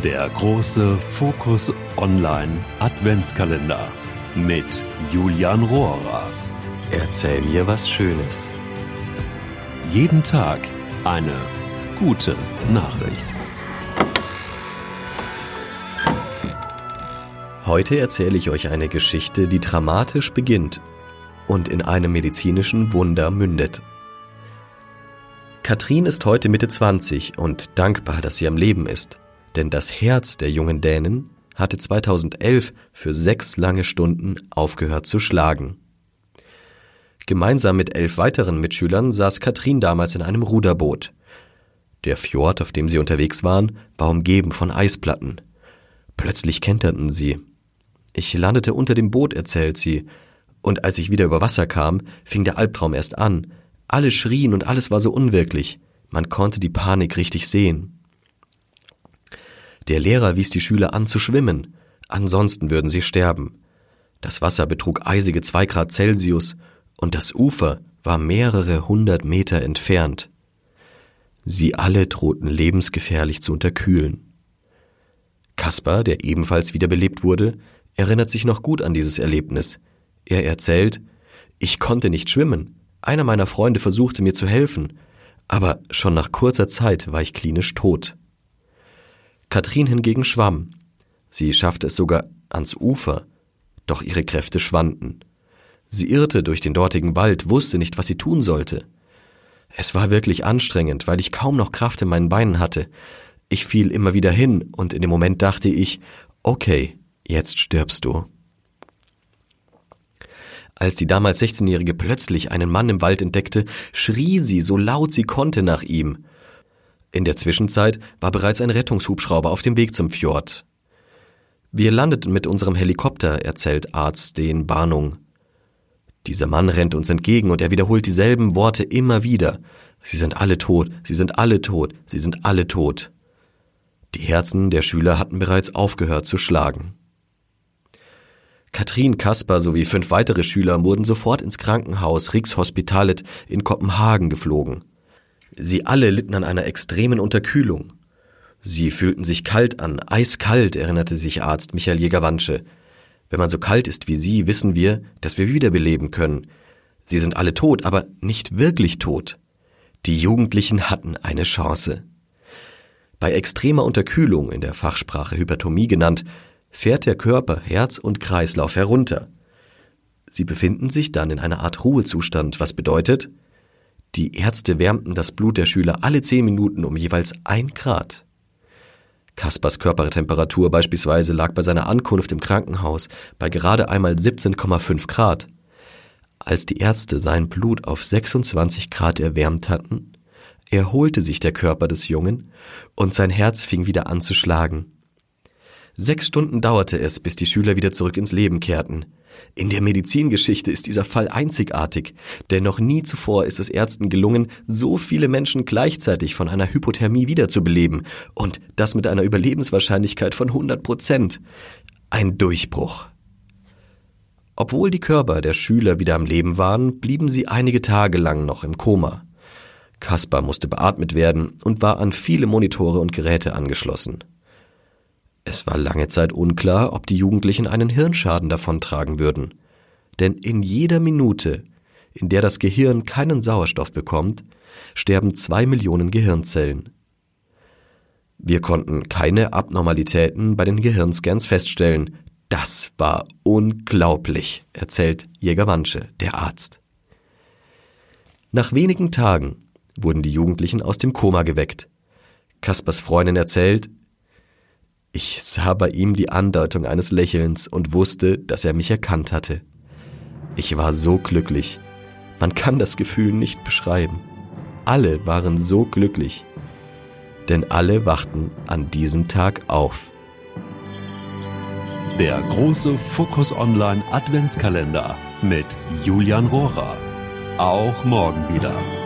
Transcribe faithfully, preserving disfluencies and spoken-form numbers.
Der große Fokus Online Adventskalender mit Julian Rohrer. Erzähl mir was Schönes. Jeden Tag eine gute Nachricht. Heute erzähle ich euch eine Geschichte, die dramatisch beginnt und in einem medizinischen Wunder mündet. Katrin ist heute Mitte zwanzig und dankbar, dass sie am Leben ist, denn das Herz der jungen Dänin hatte zweitausendelf für sechs lange Stunden aufgehört zu schlagen. Gemeinsam mit elf weiteren Mitschülern saß Katrin damals in einem Ruderboot. Der Fjord, auf dem sie unterwegs waren, war umgeben von Eisplatten. Plötzlich kenterten sie. Ich landete unter dem Boot, erzählt sie, und als ich wieder über Wasser kam, fing der Albtraum erst an. Alle schrien und alles war so unwirklich. Man konnte die Panik richtig sehen. Der Lehrer wies die Schüler an zu schwimmen, ansonsten würden sie sterben. Das Wasser betrug eisige zwei Grad Celsius und das Ufer war mehrere hundert Meter entfernt. Sie alle drohten lebensgefährlich zu unterkühlen. Kaspar, der ebenfalls wiederbelebt wurde, erinnert sich noch gut an dieses Erlebnis. Er erzählt: Ich konnte nicht schwimmen. Einer meiner Freunde versuchte mir zu helfen, aber schon nach kurzer Zeit war ich klinisch tot. Katrin hingegen schwamm. Sie schaffte es sogar ans Ufer, doch ihre Kräfte schwanden. Sie irrte durch den dortigen Wald, wusste nicht, was sie tun sollte. Es war wirklich anstrengend, weil ich kaum noch Kraft in meinen Beinen hatte. Ich fiel immer wieder hin und in dem Moment dachte ich, okay, jetzt stirbst du. Als die damals sechzehnjährige plötzlich einen Mann im Wald entdeckte, schrie sie so laut sie konnte nach ihm. In der Zwischenzeit war bereits ein Rettungshubschrauber auf dem Weg zum Fjord. Wir landeten mit unserem Helikopter, erzählt Arzt den Barnung. Dieser Mann rennt uns entgegen und er wiederholt dieselben Worte immer wieder. Sie sind alle tot, sie sind alle tot, sie sind alle tot. Die Herzen der Schüler hatten bereits aufgehört zu schlagen. Katrin, Kaspar sowie fünf weitere Schüler wurden sofort ins Krankenhaus Rikshospitalet in Kopenhagen geflogen. Sie alle litten an einer extremen Unterkühlung. Sie fühlten sich kalt an, eiskalt, erinnerte sich Arzt Michael Jäger-Wansche. Wenn man so kalt ist wie sie, wissen wir, dass wir wiederbeleben können. Sie sind alle tot, aber nicht wirklich tot. Die Jugendlichen hatten eine Chance. Bei extremer Unterkühlung, in der Fachsprache Hyperthermie genannt, fährt der Körper Herz und Kreislauf herunter. Sie befinden sich dann in einer Art Ruhezustand, was bedeutet, die Ärzte wärmten das Blut der Schüler alle zehn Minuten um jeweils ein Grad. Kaspars Körpertemperatur beispielsweise lag bei seiner Ankunft im Krankenhaus bei gerade einmal siebzehn Komma fünf Grad. Als die Ärzte sein Blut auf sechsundzwanzig Grad erwärmt hatten, erholte sich der Körper des Jungen und sein Herz fing wieder an zu schlagen. Sechs Stunden dauerte es, bis die Schüler wieder zurück ins Leben kehrten. In der Medizingeschichte ist dieser Fall einzigartig, denn noch nie zuvor ist es Ärzten gelungen, so viele Menschen gleichzeitig von einer Hypothermie wiederzubeleben und das mit einer Überlebenswahrscheinlichkeit von hundert Prozent. Ein Durchbruch. Obwohl die Körper der Schüler wieder am Leben waren, blieben sie einige Tage lang noch im Koma. Kaspar musste beatmet werden und war an viele Monitore und Geräte angeschlossen. Es war lange Zeit unklar, ob die Jugendlichen einen Hirnschaden davontragen würden. Denn in jeder Minute, in der das Gehirn keinen Sauerstoff bekommt, sterben zwei Millionen Gehirnzellen. Wir konnten keine Abnormalitäten bei den Gehirnscans feststellen. Das war unglaublich, erzählt Jäger-Wansche, der Arzt. Nach wenigen Tagen wurden die Jugendlichen aus dem Koma geweckt. Kaspars Freundin erzählt: Ich sah bei ihm die Andeutung eines Lächelns und wusste, dass er mich erkannt hatte. Ich war so glücklich. Man kann das Gefühl nicht beschreiben. Alle waren so glücklich, denn alle wachten an diesem Tag auf. Der große Fokus Online Adventskalender mit Julian Rohrer. Auch morgen wieder.